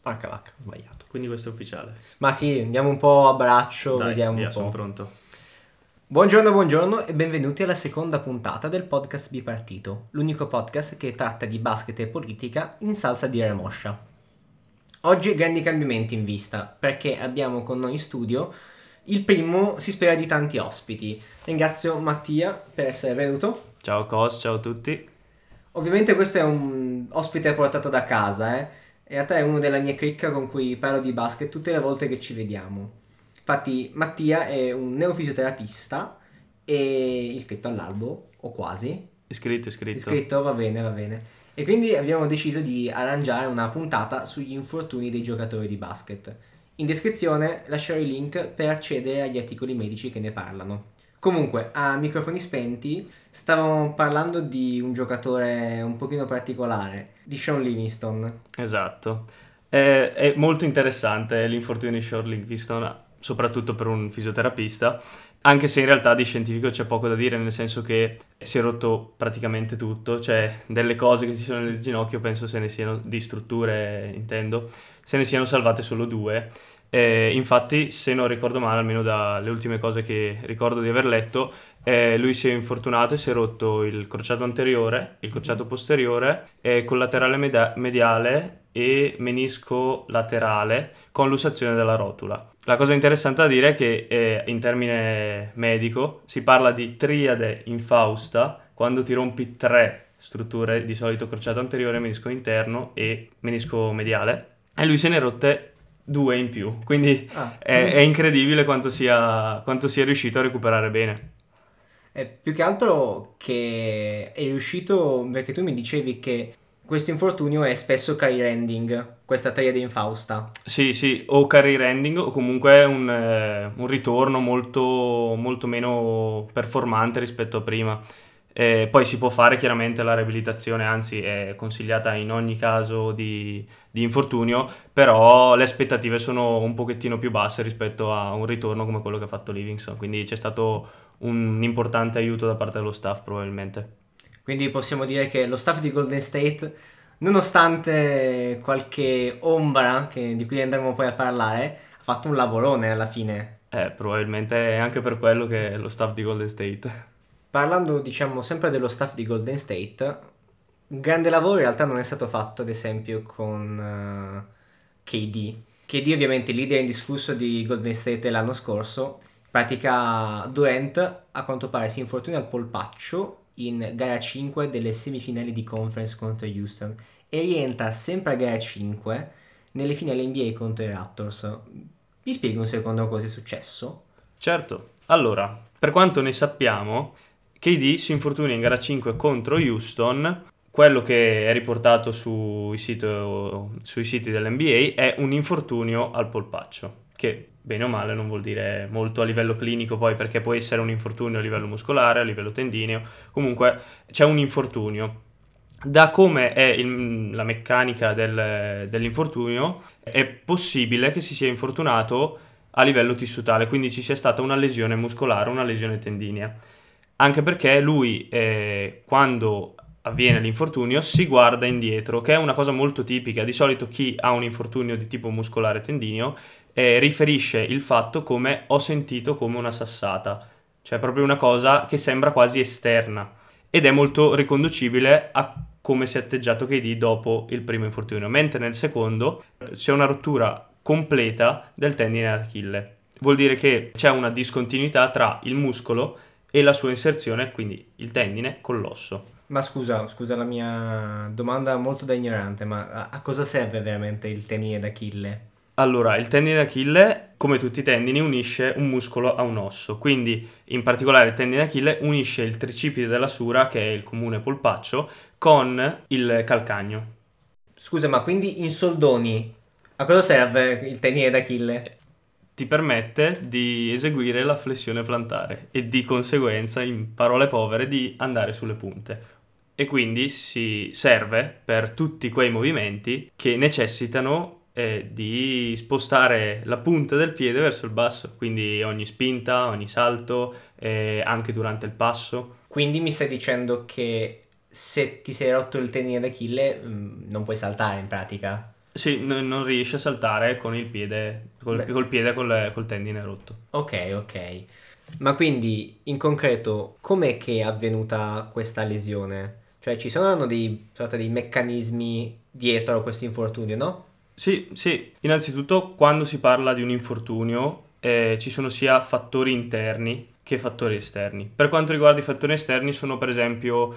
Porca vacca, ho sbagliato. Quindi questo è ufficiale. Ma sì, andiamo un po' a braccio, Dai, vediamo via, un sono po'. pronto. Buongiorno e benvenuti alla seconda puntata del podcast Bipartito, l'unico podcast che tratta di basket e politica in salsa di Remoscia. Oggi grandi cambiamenti in vista, perché abbiamo con noi in studio il primo, si spera, di tanti ospiti. Ringrazio Mattia per essere venuto. Ciao Cos, ciao a tutti. Ovviamente questo è un ospite portato da casa, In realtà è uno della mia cricca con cui parlo di basket tutte le volte che ci vediamo. Infatti Mattia è un neofisioterapista e iscritto all'albo, o quasi. Iscritto. Iscritto, va bene, va bene. E quindi abbiamo deciso di arrangiare una puntata sugli infortuni dei giocatori di basket. In descrizione lascerò il link per accedere agli articoli medici che ne parlano. Comunque, a microfoni spenti, stavamo parlando di un giocatore un pochino particolare, di Sean Livingston. Esatto. È molto interessante l'infortunio di Shore Livingston, soprattutto per un fisioterapista, anche se in realtà di scientifico c'è poco da dire, nel senso che si è rotto praticamente tutto, cioè delle cose che ci sono nel ginocchio, penso se ne siano, di strutture intendo, se ne siano salvate solo due. Infatti, se non ricordo male, almeno dalle ultime cose che ricordo di aver letto, lui si è infortunato e si è rotto il crociato anteriore, il crociato posteriore, collaterale mediale e menisco laterale con lussazione della rotula. La cosa interessante da dire è che in termine medico si parla di triade infausta quando ti rompi tre strutture, di solito crociato anteriore, menisco interno e menisco mediale, e lui se ne rotte due in più, quindi è incredibile quanto sia riuscito a recuperare bene. Più che altro che è riuscito, perché tu mi dicevi che questo infortunio è spesso career ending, questa triade infausta. Sì, o career ending o comunque un ritorno molto, molto meno performante rispetto a prima. Poi si può fare chiaramente la riabilitazione, anzi è consigliata in ogni caso di infortunio, però le aspettative sono un pochettino più basse rispetto a un ritorno come quello che ha fatto Livingston, quindi c'è stato un importante aiuto da parte dello staff probabilmente. Quindi possiamo dire che lo staff di Golden State, nonostante qualche ombra di cui andremo poi a parlare, ha fatto un lavorone alla fine. Probabilmente è anche per quello che lo staff di Golden State. Parlando, diciamo, sempre dello staff di Golden State, un grande lavoro in realtà non è stato fatto, ad esempio, con KD. KD ovviamente leader indiscusso di Golden State l'anno scorso. In pratica Durant, a quanto pare, si infortuna al polpaccio in gara 5 delle semifinali di conference contro Houston e rientra sempre a gara 5 nelle finali NBA contro i Raptors. Vi spiego un secondo cosa è successo? Certo, allora, per quanto ne sappiamo, KD si infortuna in gara 5 contro Houston. Quello che è riportato sui siti dell'NBA è un infortunio al polpaccio, che bene o male non vuol dire molto a livello clinico poi, perché può essere un infortunio a livello muscolare, a livello tendineo, comunque c'è un infortunio. Da come è la meccanica dell'infortunio, è possibile che si sia infortunato a livello tissutale, quindi ci sia stata una lesione muscolare, una lesione tendinea. Anche perché lui, quando avviene l'infortunio, si guarda indietro, che è una cosa molto tipica. Di solito chi ha un infortunio di tipo muscolare tendineo riferisce il fatto come ho sentito come una sassata, cioè proprio una cosa che sembra quasi esterna, ed è molto riconducibile a come si è atteggiato KD dopo il primo infortunio, mentre nel secondo c'è una rottura completa del tendine d'Achille. Vuol dire che c'è una discontinuità tra il muscolo e la sua inserzione, quindi il tendine, con l'osso. Ma scusa la mia domanda molto da ignorante, ma a cosa serve veramente il tendine d'Achille? Allora, il tendine d'Achille, come tutti i tendini, unisce un muscolo a un osso, quindi in particolare il tendine d'Achille unisce il tricipite della sura, che è il comune polpaccio, con il calcagno. Scusa, ma quindi in soldoni a cosa serve il tendine d'Achille? Ti permette di eseguire la flessione plantare e di conseguenza, in parole povere, di andare sulle punte. E quindi si serve per tutti quei movimenti che necessitano di spostare la punta del piede verso il basso, quindi ogni spinta, ogni salto, anche durante il passo. Quindi mi stai dicendo che se ti sei rotto il tendine d'Achille non puoi saltare in pratica? Sì, non riesce a saltare con il piede, Beh, col piede col tendine rotto. ok. Ma quindi, in concreto, com'è che è avvenuta questa lesione? Cioè, ci sono dei, sorta di meccanismi dietro a questo infortunio, no? Sì, sì. Innanzitutto, quando si parla di un infortunio, ci sono sia fattori interni che fattori esterni. Per quanto riguarda i fattori esterni, sono per esempio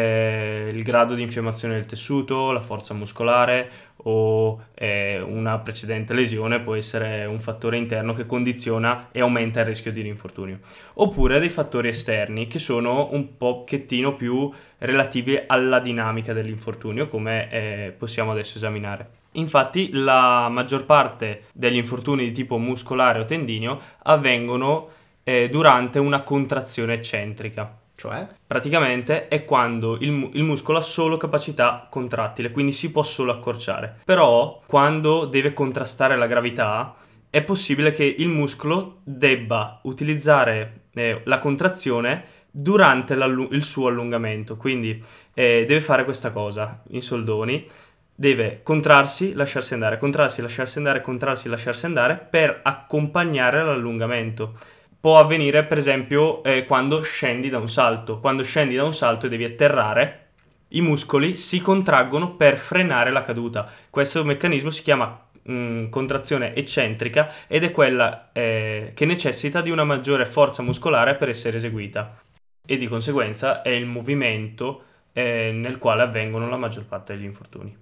il grado di infiammazione del tessuto, la forza muscolare o una precedente lesione può essere un fattore interno che condiziona e aumenta il rischio di rinfortunio. Oppure dei fattori esterni che sono un pochettino più relativi alla dinamica dell'infortunio, come possiamo adesso esaminare. Infatti, la maggior parte degli infortuni di tipo muscolare o tendineo avvengono durante una contrazione eccentrica. Cioè? Praticamente è quando il muscolo ha solo capacità contrattile, quindi si può solo accorciare. Però, quando deve contrastare la gravità, è possibile che il muscolo debba utilizzare la contrazione durante il suo allungamento. Quindi deve fare questa cosa in soldoni. Deve contrarsi, lasciarsi andare, contrarsi, lasciarsi andare, contrarsi, lasciarsi andare per accompagnare l'allungamento. Può avvenire, per esempio, quando scendi da un salto. Quando scendi da un salto e devi atterrare, i muscoli si contraggono per frenare la caduta. Questo meccanismo si chiama contrazione eccentrica ed è quella che necessita di una maggiore forza muscolare per essere eseguita. E di conseguenza è il movimento nel quale avvengono la maggior parte degli infortuni.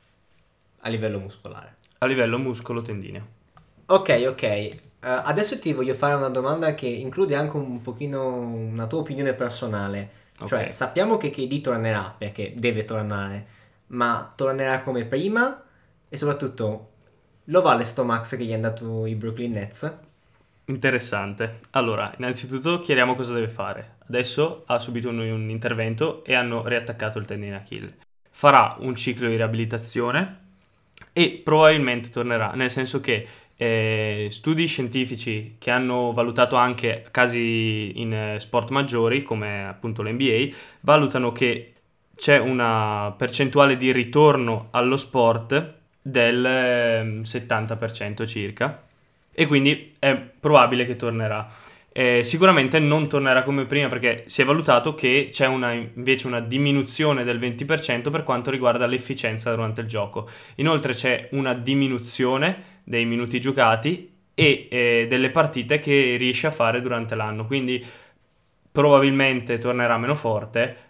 A livello muscolare. A livello muscolo-tendineo. Ok. Adesso ti voglio fare una domanda che include anche un pochino una tua opinione personale. Cioè, Ok. sappiamo che KD tornerà, perché deve tornare, ma tornerà come prima? E soprattutto, lo vale sto max che gli è andato i Brooklyn Nets? Interessante. Allora, innanzitutto chiariamo cosa deve fare. Adesso ha subito un intervento e hanno riattaccato il tendine Achille. Farà un ciclo di riabilitazione e probabilmente tornerà, nel senso che studi scientifici che hanno valutato anche casi in sport maggiori, come appunto l'NBA, valutano che c'è una percentuale di ritorno allo sport del 70% circa e quindi è probabile che tornerà. Sicuramente non tornerà come prima perché si è valutato che c'è invece una diminuzione del 20% per quanto riguarda l'efficienza durante il gioco. Inoltre c'è una diminuzione dei minuti giocati e delle partite che riesce a fare durante l'anno. Quindi probabilmente tornerà meno forte,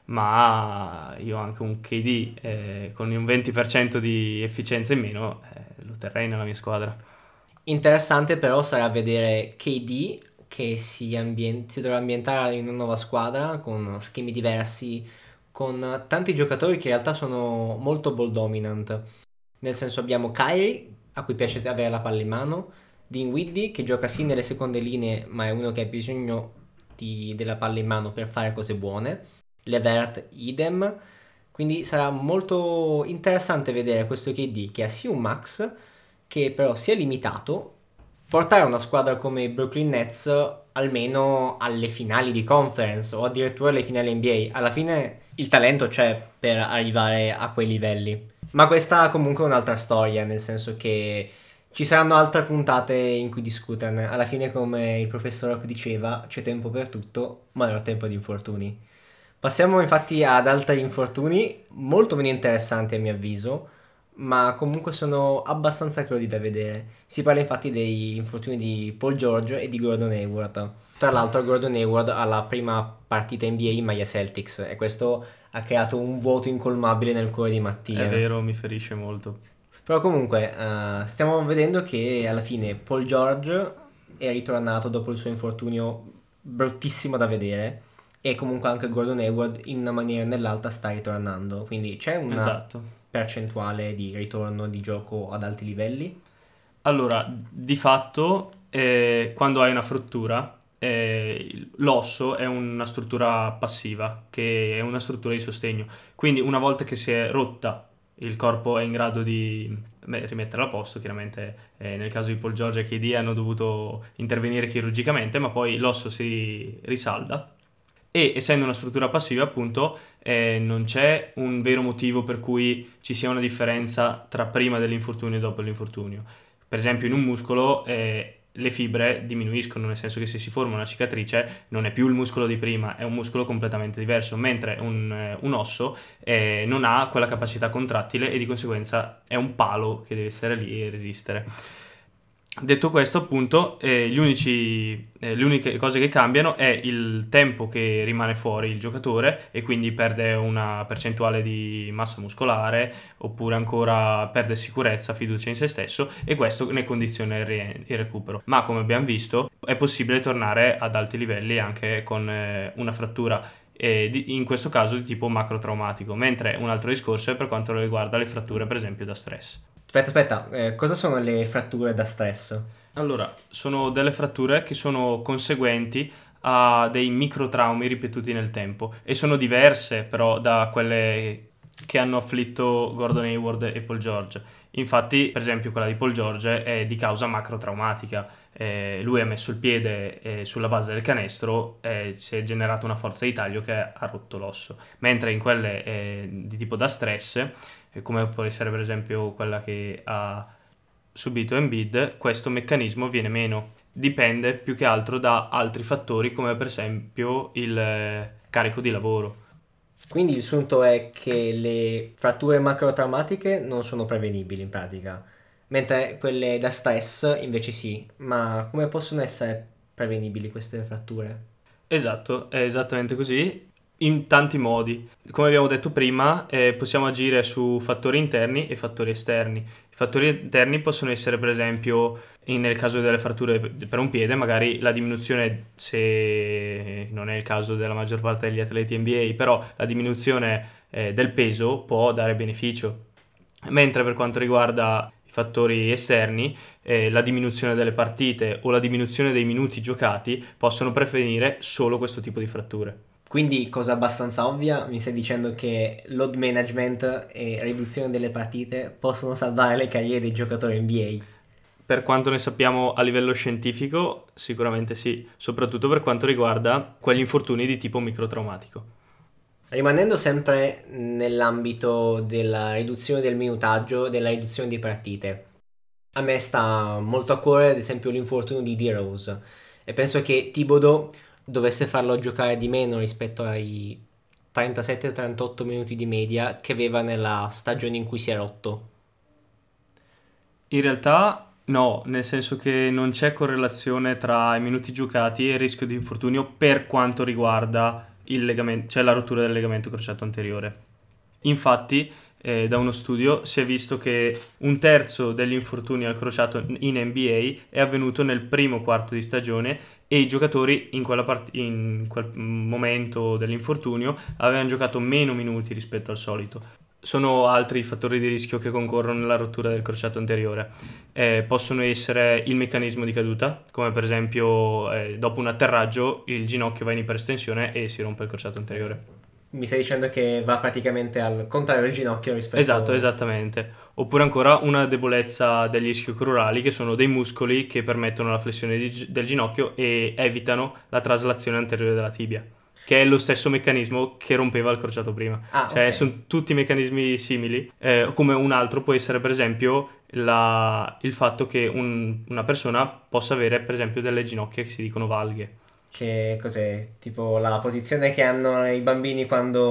ma io anche un KD con un 20% di efficienza in meno lo terrei nella mia squadra. Interessante però sarà vedere KD che si dovrà ambientare in una nuova squadra con schemi diversi, con tanti giocatori che in realtà sono molto ball dominant. Nel senso abbiamo Kyrie, a cui piace avere la palla in mano, Dinwiddie che gioca sì nelle seconde linee, ma è uno che ha bisogno della palla in mano per fare cose buone. Levert idem. Quindi sarà molto interessante vedere questo KD che ha sì un max, che però sia limitato, portare una squadra come i Brooklyn Nets almeno alle finali di conference o addirittura alle finali NBA. Alla fine il talento c'è per arrivare a quei livelli. Ma questa comunque è un'altra storia, nel senso che ci saranno altre puntate in cui discuterne. Alla fine, come il professor Rock diceva, c'è tempo per tutto, ma non ho tempo di infortuni. Passiamo infatti ad altri infortuni, molto meno interessanti a mio avviso, ma comunque sono abbastanza crudi da vedere. Si parla infatti dei infortuni di Paul George e di Gordon Hayward. Tra l'altro Gordon Hayward ha la prima partita NBA in maglia Celtics e questo ha creato un vuoto incolmabile nel cuore di È Mattia. vero, mi ferisce molto. Però comunque stiamo vedendo che alla fine Paul George è ritornato dopo il suo infortunio bruttissimo da vedere e comunque anche Gordon Hayward in una maniera o nell'altra sta ritornando. Quindi c'è una Esatto. percentuale di ritorno di gioco ad alti livelli. Allora, di fatto, quando hai una frattura, l'osso è una struttura passiva, che è una struttura di sostegno. Quindi una volta che si è rotta, il corpo è in grado di rimetterla a posto. Chiaramente nel caso di Paul George e KD hanno dovuto intervenire chirurgicamente, ma poi l'osso si risalda e essendo una struttura passiva appunto non c'è un vero motivo per cui ci sia una differenza tra prima dell'infortunio e dopo l'infortunio. Per esempio in un muscolo le fibre diminuiscono, nel senso che se si forma una cicatrice non è più il muscolo di prima, è un muscolo completamente diverso, mentre un osso non ha quella capacità contrattile e di conseguenza è un palo che deve essere lì e resistere. Detto questo, appunto, le uniche cose che cambiano è il tempo che rimane fuori il giocatore e quindi perde una percentuale di massa muscolare, oppure ancora perde sicurezza, fiducia in se stesso, e questo ne condiziona il recupero. Ma come abbiamo visto è possibile tornare ad alti livelli anche con una frattura, in questo caso di tipo macrotraumatico, mentre un altro discorso è per quanto riguarda le fratture per esempio da stress. Aspetta, cosa sono le fratture da stress? Allora, sono delle fratture che sono conseguenti a dei microtraumi ripetuti nel tempo e sono diverse però da quelle che hanno afflitto Gordon Hayward e Paul George. Infatti, per esempio, quella di Paul George è di causa macrotraumatica. Lui ha messo il piede sulla base del canestro e si è generata una forza di taglio che ha rotto l'osso. Mentre in quelle di tipo da stress, come può essere per esempio quella che ha subito Embiid, questo meccanismo viene meno. Dipende più che altro da altri fattori come per esempio il carico di lavoro. Quindi il sunto è che le fratture macrotraumatiche non sono prevenibili in pratica, mentre quelle da stress invece sì. Ma come possono essere prevenibili queste fratture? Esatto, è esattamente così, in tanti modi. Come abbiamo detto prima, possiamo agire su fattori interni e fattori esterni. I fattori interni possono essere per esempio, nel caso delle fratture per un piede, magari la diminuzione, se non è il caso della maggior parte degli atleti NBA, però la diminuzione del peso può dare beneficio. Mentre per quanto riguarda i fattori esterni, la diminuzione delle partite o la diminuzione dei minuti giocati possono prevenire solo questo tipo di fratture. Quindi, cosa abbastanza ovvia, mi stai dicendo che load management e riduzione delle partite possono salvare le carriere dei giocatori NBA? Per quanto ne sappiamo a livello scientifico, sicuramente sì, soprattutto per quanto riguarda quegli infortuni di tipo microtraumatico. Rimanendo sempre nell'ambito della riduzione del minutaggio, della riduzione di partite, a me sta molto a cuore ad esempio l'infortunio di D-Rose e penso che Thibodeau dovesse farlo giocare di meno rispetto ai 37-38 minuti di media che aveva nella stagione in cui si è rotto. In realtà no, nel senso che non c'è correlazione tra i minuti giocati e il rischio di infortunio per quanto riguarda il legamento, cioè la rottura del legamento crociato anteriore. Infatti, da uno studio si è visto che un terzo degli infortuni al crociato in NBA è avvenuto nel primo quarto di stagione e i giocatori in quel momento dell'infortunio avevano giocato meno minuti rispetto al solito. Sono altri fattori di rischio che concorrono nella rottura del crociato anteriore. Possono essere il meccanismo di caduta, come per esempio dopo un atterraggio il ginocchio va in iperestensione e si rompe il crociato anteriore. Mi stai dicendo che va praticamente al contrario del ginocchio rispetto Esatto, esattamente. Oppure ancora una debolezza degli ischiocrurali, che sono dei muscoli che permettono la flessione del ginocchio e evitano la traslazione anteriore della tibia, che è lo stesso meccanismo che rompeva il crociato prima. Cioè, ok. sono tutti meccanismi simili, come un altro può essere per esempio il fatto che una persona possa avere per esempio delle ginocchia che si dicono valghe. Che cos'è? Tipo la posizione che hanno i bambini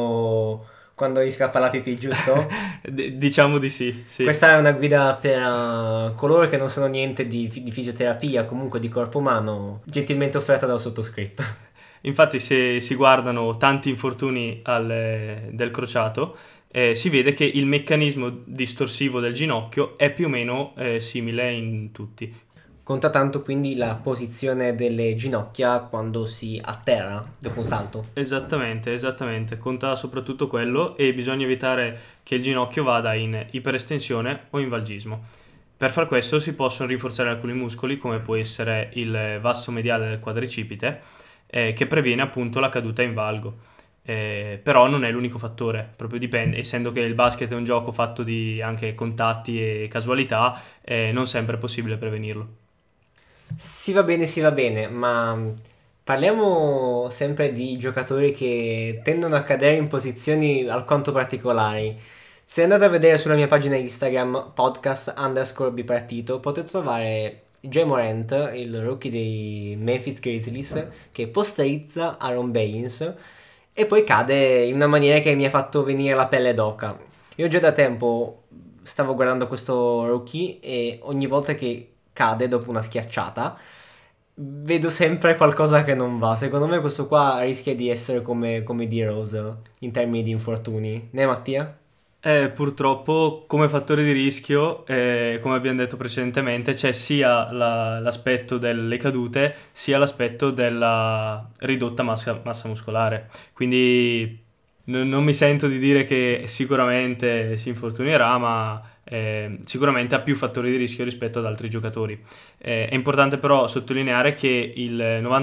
quando gli scappa la pipì, giusto? Diciamo di sì, sì. Questa è una guida per coloro che non sanno niente di fisioterapia, comunque di corpo umano, gentilmente offerta dal sottoscritto. Infatti se si guardano tanti infortuni del crociato, si vede che il meccanismo distorsivo del ginocchio è più o meno simile in tutti. Conta tanto quindi la posizione delle ginocchia quando si atterra dopo un salto. Esattamente, conta soprattutto quello e bisogna evitare che il ginocchio vada in iperestensione o in valgismo. Per far questo si possono rinforzare alcuni muscoli come può essere il vasto mediale del quadricipite, che previene appunto la caduta in valgo. Però non è l'unico fattore, proprio dipende, essendo che il basket è un gioco fatto di anche contatti e casualità, non sempre è possibile prevenirlo. Sì va bene, ma Parliamo sempre di giocatori che tendono a cadere in posizioni alquanto particolari. Se andate a vedere sulla mia pagina Instagram podcast_bipartito potete trovare Ja Morant, il rookie dei Memphis Grizzlies, che posterizza Aaron Baines e poi cade in una maniera che mi ha fatto venire la pelle d'oca. Io già da tempo stavo guardando questo rookie e ogni volta che cade dopo una schiacciata vedo sempre qualcosa che non va. Secondo me questo qua rischia di essere come D-Rose in termini di infortuni. Ne Mattia? Purtroppo come fattore di rischio, come abbiamo detto precedentemente, c'è sia l'aspetto delle cadute, sia l'aspetto della ridotta massa muscolare. Quindi non mi sento di dire che sicuramente si infortunerà, ma sicuramente ha più fattori di rischio rispetto ad altri giocatori. È importante però sottolineare che il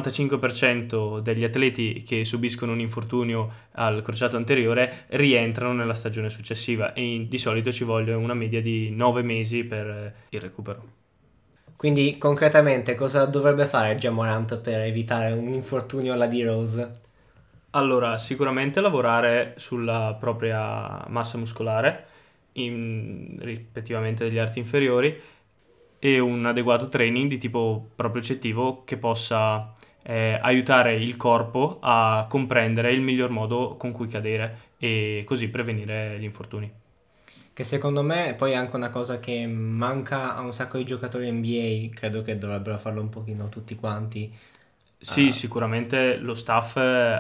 95% degli atleti che subiscono un infortunio al crociato anteriore rientrano nella stagione successiva e di solito ci vogliono una media di 9 mesi per il recupero. Quindi concretamente cosa dovrebbe fare Ja Morant per evitare un infortunio alla D-Rose? Allora, sicuramente lavorare sulla propria massa muscolare, rispettivamente degli arti inferiori, e un adeguato training di tipo propriocettivo che possa aiutare il corpo a comprendere il miglior modo con cui cadere e così prevenire gli infortuni. Che secondo me è poi anche una cosa che manca a un sacco di giocatori NBA, credo che dovrebbero farlo un pochino tutti quanti. Sì, sicuramente lo staff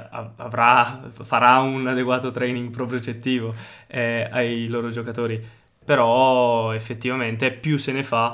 farà un adeguato training propriocettivo ai loro giocatori, però effettivamente più se ne fa,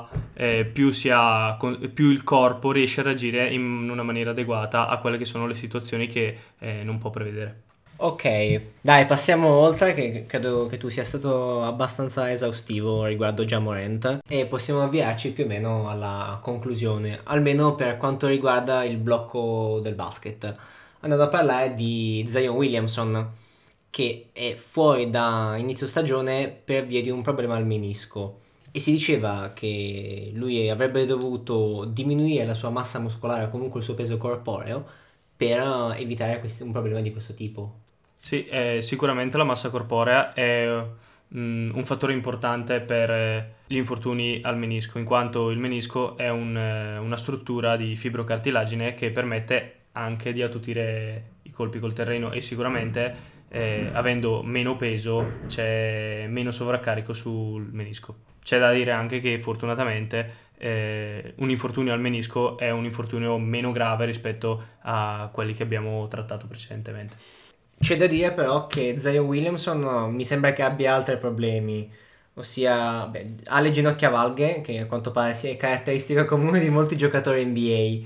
più il corpo riesce a reagire in una maniera adeguata a quelle che sono le situazioni che non può prevedere. Ok, dai, passiamo oltre, che credo che tu sia stato abbastanza esaustivo riguardo Ja Morant e possiamo avviarci più o meno alla conclusione, almeno per quanto riguarda il blocco del basket. Andando a parlare di Zion Williamson, che è fuori da inizio stagione per via di un problema al menisco. E si diceva che lui avrebbe dovuto diminuire la sua massa muscolare o comunque il suo peso corporeo per evitare un problema di questo tipo. Sì, sicuramente la massa corporea è un fattore importante per gli infortuni al menisco, in quanto il menisco è una struttura di fibrocartilagine che permette anche di attutire i colpi col terreno e sicuramente avendo meno peso c'è meno sovraccarico sul menisco. C'è da dire anche che fortunatamente un infortunio al menisco è un infortunio meno grave rispetto a quelli che abbiamo trattato precedentemente. C'è da dire però che Zion Williamson mi sembra che abbia altri problemi, ossia ha le ginocchia valghe, che a quanto pare sia caratteristica comune di molti giocatori NBA,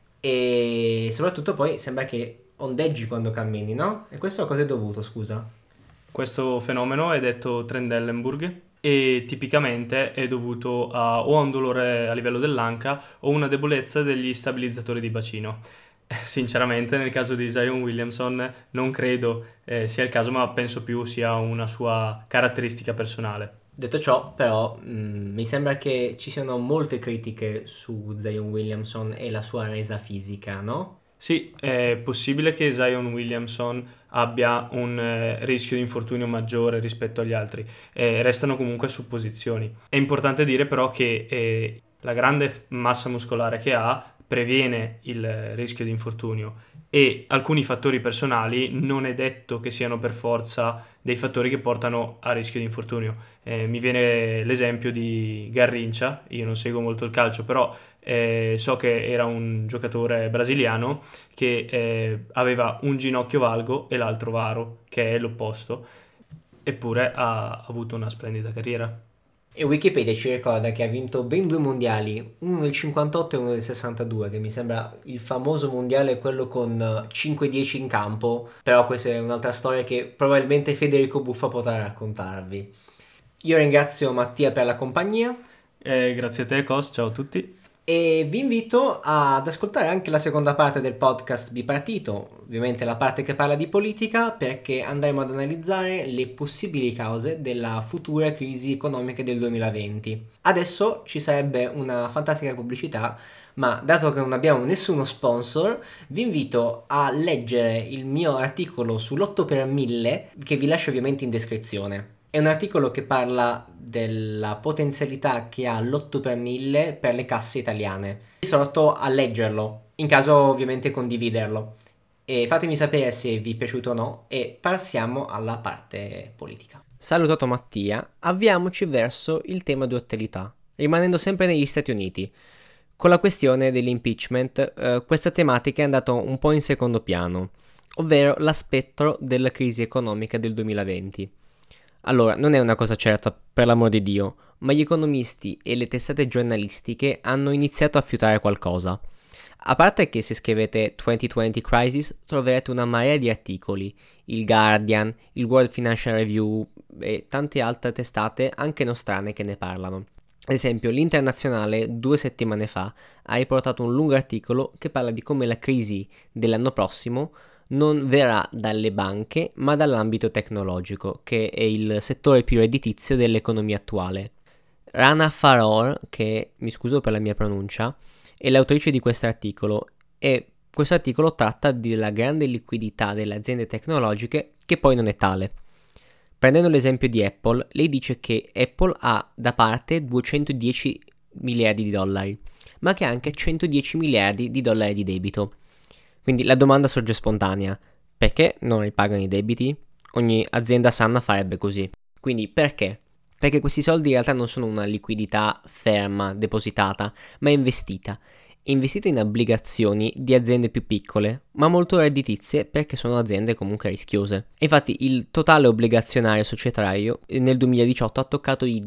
e soprattutto poi sembra che ondeggi quando cammini, no? E questo a cosa è dovuto, scusa? Questo fenomeno è detto Trendelenburg e tipicamente è dovuto o a un dolore a livello dell'anca o una debolezza degli stabilizzatori di bacino. Sinceramente nel caso di Zion Williamson non credo sia il caso, ma penso più sia una sua caratteristica personale. Detto ciò, però, mi sembra che ci siano molte critiche su Zion Williamson e la sua resa fisica, no? Sì, è possibile che Zion Williamson abbia un rischio di infortunio maggiore rispetto agli altri, restano comunque supposizioni. È importante dire però che la grande massa muscolare che ha previene il rischio di infortunio e alcuni fattori personali non è detto che siano per forza dei fattori che portano a rischio di infortunio. Mi viene l'esempio di Garrincha, io non seguo molto il calcio, però so che era un giocatore brasiliano che aveva un ginocchio valgo e l'altro varo, che è l'opposto, eppure ha avuto una splendida carriera. E Wikipedia ci ricorda che ha vinto ben 2 mondiali, uno del 58 e uno del 62, che mi sembra il famoso mondiale quello con 5-10 in campo, però questa è un'altra storia che probabilmente Federico Buffa potrà raccontarvi. Io ringrazio Mattia per la compagnia. Grazie a te, Cos, ciao a tutti. E vi invito ad ascoltare anche la seconda parte del podcast bipartito, ovviamente la parte che parla di politica, perché andremo ad analizzare le possibili cause della futura crisi economica del 2020. Adesso ci sarebbe una fantastica pubblicità, ma dato che non abbiamo nessuno sponsor, vi invito a leggere il mio articolo sull'8 per 1000, che vi lascio ovviamente in descrizione. È un articolo che parla della potenzialità che ha l'8 per 1000 per le casse italiane. Vi esorto a leggerlo, in caso ovviamente condividerlo. E fatemi sapere se vi è piaciuto o no e passiamo alla parte politica. Salutato Mattia, avviamoci verso il tema di attualità, rimanendo sempre negli Stati Uniti. Con la questione dell'impeachment, questa tematica è andata un po' in secondo piano, ovvero l'aspetto della crisi economica del 2020. Allora, non è una cosa certa, per l'amor di Dio, ma gli economisti e le testate giornalistiche hanno iniziato a fiutare qualcosa. A parte che se scrivete 2020 Crisis troverete una marea di articoli, il Guardian, il World Financial Review e tante altre testate anche nostrane che ne parlano. Ad esempio, l'Internazionale 2 settimane fa ha riportato un lungo articolo che parla di come la crisi dell'anno prossimo non verrà dalle banche, ma dall'ambito tecnologico, che è il settore più redditizio dell'economia attuale. Rana Faror, che mi scuso per la mia pronuncia, è l'autrice di questo articolo e questo articolo tratta della grande liquidità delle aziende tecnologiche che poi non è tale. Prendendo l'esempio di Apple, lei dice che Apple ha da parte 210 miliardi di dollari, ma che ha anche 110 miliardi di dollari di debito. Quindi la domanda sorge spontanea: perché non ripagano i debiti? Ogni azienda sana farebbe così. Quindi perché? Perché questi soldi in realtà non sono una liquidità ferma, depositata, ma investita in obbligazioni di aziende più piccole, ma molto redditizie perché sono aziende comunque rischiose. Infatti il totale obbligazionario societario nel 2018 ha toccato i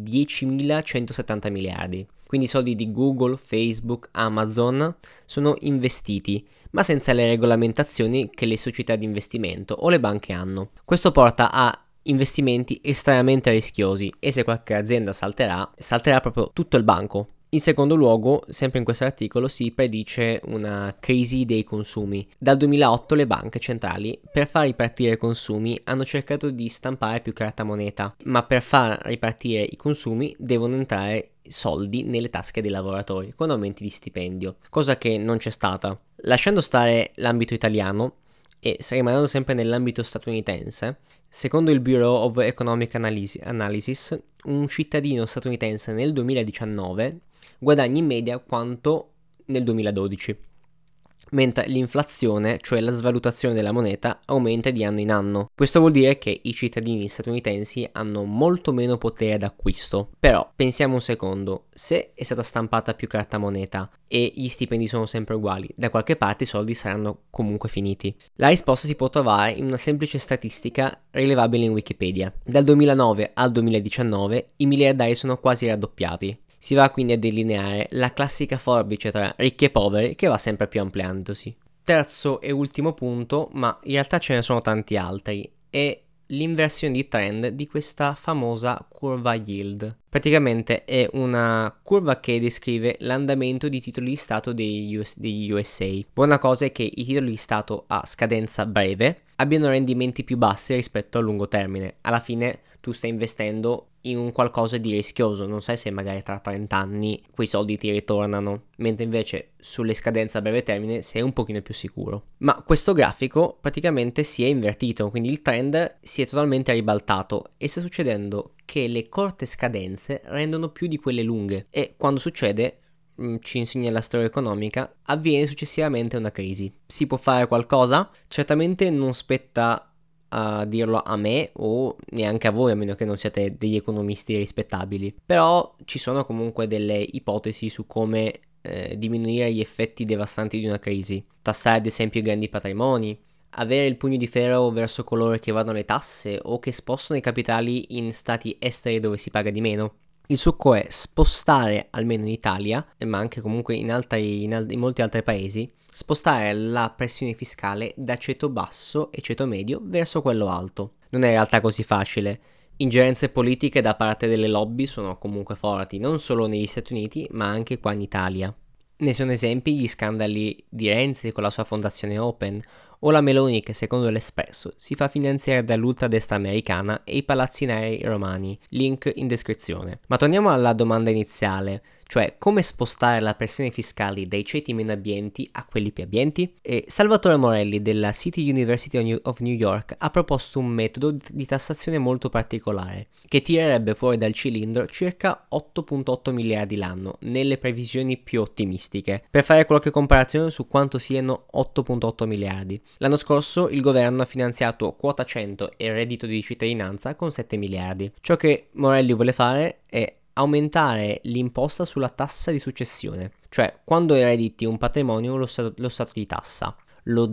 10.170 miliardi. Quindi i soldi di Google, Facebook, Amazon sono investiti, ma senza le regolamentazioni che le società di investimento o le banche hanno. Questo porta a investimenti estremamente rischiosi e se qualche azienda salterà proprio tutto il banco. In secondo luogo, sempre in questo articolo si predice una crisi dei consumi. Dal 2008 le banche centrali, per far ripartire i consumi, hanno cercato di stampare più carta moneta, ma per far ripartire i consumi devono entrare soldi nelle tasche dei lavoratori con aumenti di stipendio, cosa che non c'è stata. Lasciando stare l'ambito italiano e rimanendo sempre nell'ambito statunitense, secondo il Bureau of Economic Analysis, un cittadino statunitense nel 2019 guadagna in media quanto nel 2012, mentre l'inflazione, cioè la svalutazione della moneta, aumenta di anno in anno. Questo vuol dire che i cittadini statunitensi hanno molto meno potere d'acquisto. Però pensiamo un secondo: se è stata stampata più carta moneta e gli stipendi sono sempre uguali, da qualche parte i soldi saranno comunque finiti. La risposta si può trovare in una semplice statistica rilevabile in Wikipedia. Dal 2009 al 2019 i miliardari sono quasi raddoppiati. Si va quindi a delineare la classica forbice tra ricchi e poveri che va sempre più ampliandosi. Terzo e ultimo punto, ma in realtà ce ne sono tanti altri, è l'inversione di trend di questa famosa curva yield. Praticamente è una curva che descrive l'andamento di titoli di Stato degli USA. Buona cosa è che i titoli di Stato a scadenza breve abbiano rendimenti più bassi rispetto a lungo termine. Alla fine tu stai investendo in un qualcosa di rischioso, non sai se magari tra 30 anni quei soldi ti ritornano, mentre invece sulle scadenze a breve termine sei un pochino più sicuro. Ma questo grafico praticamente si è invertito, quindi il trend si è totalmente ribaltato e sta succedendo che le corte scadenze rendono più di quelle lunghe e quando succede, ci insegna la storia economica, avviene successivamente una crisi. Si può fare qualcosa? Certamente non spetta a dirlo a me o neanche a voi, a meno che non siate degli economisti rispettabili, però ci sono comunque delle ipotesi su come diminuire gli effetti devastanti di una crisi. Tassare ad esempio i grandi patrimoni, avere il pugno di ferro verso coloro che evadano le tasse o che spostano i capitali in stati esteri dove si paga di meno. Il succo è spostare, almeno in Italia, ma anche comunque in molti altri paesi, spostare la pressione fiscale da ceto basso e ceto medio verso quello alto. Non è in realtà così facile. Ingerenze politiche da parte delle lobby sono comunque forti, non solo negli Stati Uniti, ma anche qua in Italia. Ne sono esempi gli scandali di Renzi con la sua fondazione Open, o la Meloni che secondo l'Espresso si fa finanziare dall'ultradestra americana e i palazzinari romani, link in descrizione. Ma torniamo alla domanda iniziale, cioè come spostare la pressione fiscale dai ceti meno abbienti a quelli più abbienti? E Salvatore Morelli della City University of New York ha proposto un metodo di tassazione molto particolare, che tirerebbe fuori dal cilindro circa 8,8 miliardi l'anno, nelle previsioni più ottimistiche. Per fare qualche comparazione su quanto siano 8,8 miliardi. L'anno scorso il governo ha finanziato quota 100 e il reddito di cittadinanza con 7 miliardi. Ciò che Morelli vuole fare è aumentare l'imposta sulla tassa di successione, cioè quando erediti un patrimonio lo Stato ti tassa lo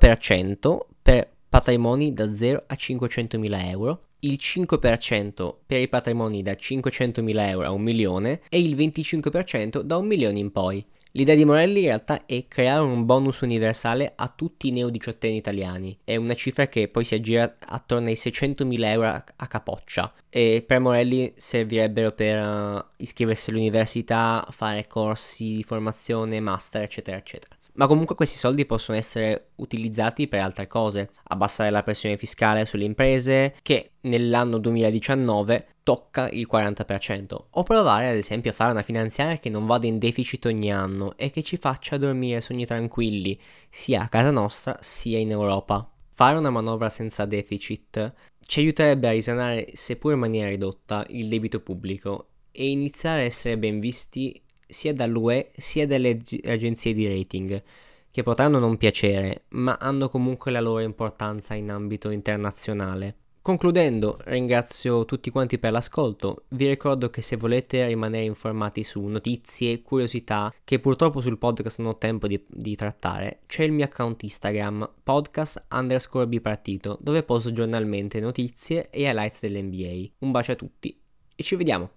0% per patrimoni da 0 a 500.000 euro, il 5% per i patrimoni da 500.000 euro a 1 milione e il 25% da 1 milione in poi. L'idea di Morelli in realtà è creare un bonus universale a tutti i neo-diciottenni italiani. È una cifra che poi si aggira attorno ai 600.000 euro a capoccia. E per Morelli servirebbero per iscriversi all'università, fare corsi di formazione, master, eccetera, eccetera. Ma comunque questi soldi possono essere utilizzati per altre cose, abbassare la pressione fiscale sulle imprese, che nell'anno 2019 tocca il 40%, o provare ad esempio a fare una finanziaria che non vada in deficit ogni anno e che ci faccia dormire sogni tranquilli, sia a casa nostra sia in Europa. Fare una manovra senza deficit ci aiuterebbe a risanare, seppur in maniera ridotta, il debito pubblico e iniziare a essere ben visti sia dall'UE sia dalle agenzie di rating, che potranno non piacere, ma hanno comunque la loro importanza in ambito internazionale. Concludendo, ringrazio tutti quanti per l'ascolto. Vi ricordo che se volete rimanere informati su notizie, curiosità, che purtroppo sul podcast non ho tempo di trattare, c'è il mio account Instagram, podcast_bipartito, dove posto giornalmente notizie e highlights dell'NBA. Un bacio a tutti e ci vediamo!